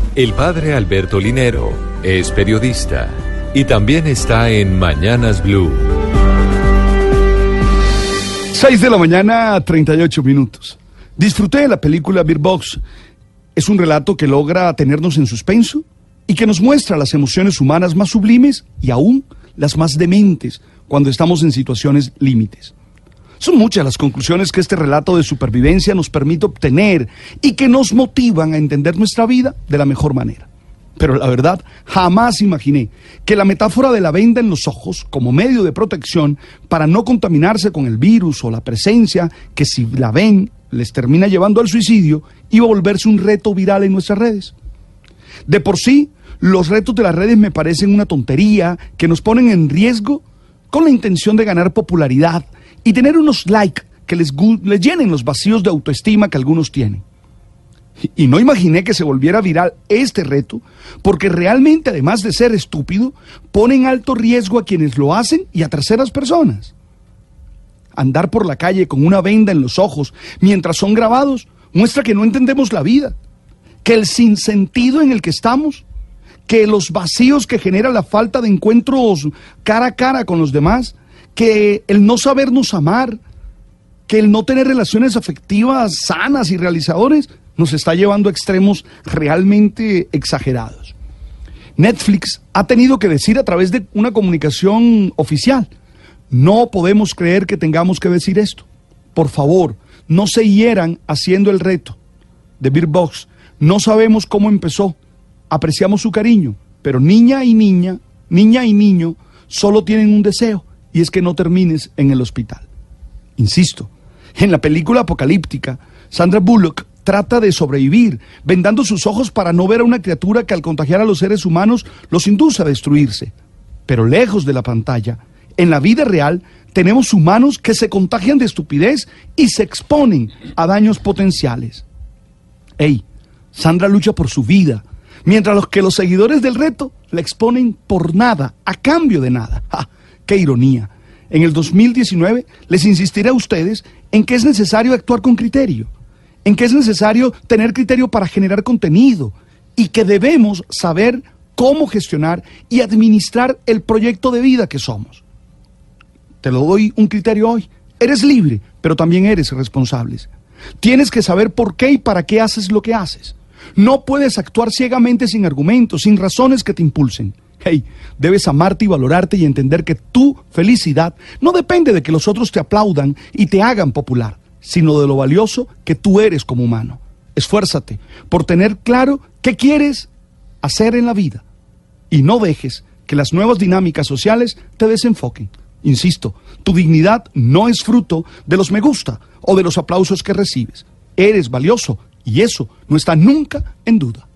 El padre Alberto Linero es periodista y también está en Mañanas Blue. 6 de la mañana, 38 minutos. Disfruté de la película Bird Box. Es un relato que logra tenernos en suspenso y que nos muestra las emociones humanas más sublimes y aún las más dementes cuando estamos en situaciones límites. Son muchas las conclusiones que este relato de supervivencia nos permite obtener y que nos motivan a entender nuestra vida de la mejor manera. Pero la verdad, jamás imaginé que la metáfora de la venda en los ojos como medio de protección para no contaminarse con el virus o la presencia que si la ven les termina llevando al suicidio iba a volverse un reto viral en nuestras redes. De por sí, los retos de las redes me parecen una tontería que nos ponen en riesgo con la intención de ganar popularidad y tener unos likes que les llenen los vacíos de autoestima que algunos tienen. Y no imaginé que se volviera viral este reto, porque realmente, además de ser estúpido, pone en alto riesgo a quienes lo hacen y a terceras personas. Andar por la calle con una venda en los ojos mientras son grabados muestra que no entendemos la vida, que el sinsentido en el que estamos, que los vacíos que genera la falta de encuentros cara a cara con los demás, que el no sabernos amar, que el no tener relaciones afectivas sanas y realizadores nos está llevando a extremos realmente exagerados. Netflix ha tenido que decir a través de una comunicación oficial: no podemos creer que tengamos que decir esto. Por favor, no se hieran haciendo el reto de Bird Box. No sabemos cómo empezó, apreciamos su cariño, pero niña y niño solo tienen un deseo, y es que no termines en el hospital. Insisto, en la película apocalíptica, Sandra Bullock trata de sobrevivir, vendando sus ojos para no ver a una criatura que al contagiar a los seres humanos los induce a destruirse. Pero lejos de la pantalla, en la vida real, tenemos humanos que se contagian de estupidez y se exponen a daños potenciales. Sandra lucha por su vida, mientras los seguidores del reto la exponen por nada, a cambio de nada. ¡Ja! ¡Qué ironía! En el 2019 les insistiré a ustedes en que es necesario actuar con criterio, en que es necesario tener criterio para generar contenido y que debemos saber cómo gestionar y administrar el proyecto de vida que somos. Te lo doy un criterio hoy. Eres libre, pero también eres responsable. Tienes que saber por qué y para qué haces lo que haces. No puedes actuar ciegamente sin argumentos, sin razones que te impulsen. Debes amarte y valorarte y entender que tu felicidad no depende de que los otros te aplaudan y te hagan popular, sino de lo valioso que tú eres como humano. Esfuérzate por tener claro qué quieres hacer en la vida y no dejes que las nuevas dinámicas sociales te desenfoquen. Insisto, tu dignidad no es fruto de los me gusta o de los aplausos que recibes. Eres valioso y eso no está nunca en duda.